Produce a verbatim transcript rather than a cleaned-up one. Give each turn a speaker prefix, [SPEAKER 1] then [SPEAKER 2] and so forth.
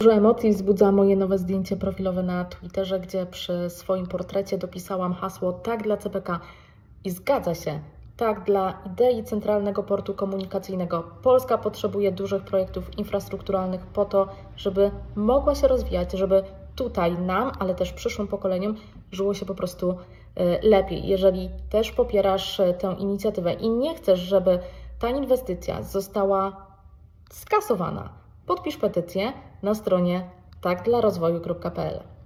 [SPEAKER 1] Dużo emocji wzbudza moje nowe zdjęcie profilowe na Twitterze, gdzie przy swoim portrecie dopisałam hasło tak dla C P K. I zgadza się, tak dla idei Centralnego Portu Komunikacyjnego. Polska potrzebuje dużych projektów infrastrukturalnych po to, żeby mogła się rozwijać, żeby tutaj nam, ale też przyszłym pokoleniom żyło się po prostu lepiej. Jeżeli też popierasz tę inicjatywę i nie chcesz, żeby ta inwestycja została skasowana, podpisz petycję na stronie tak dla rozwoju kropka p l.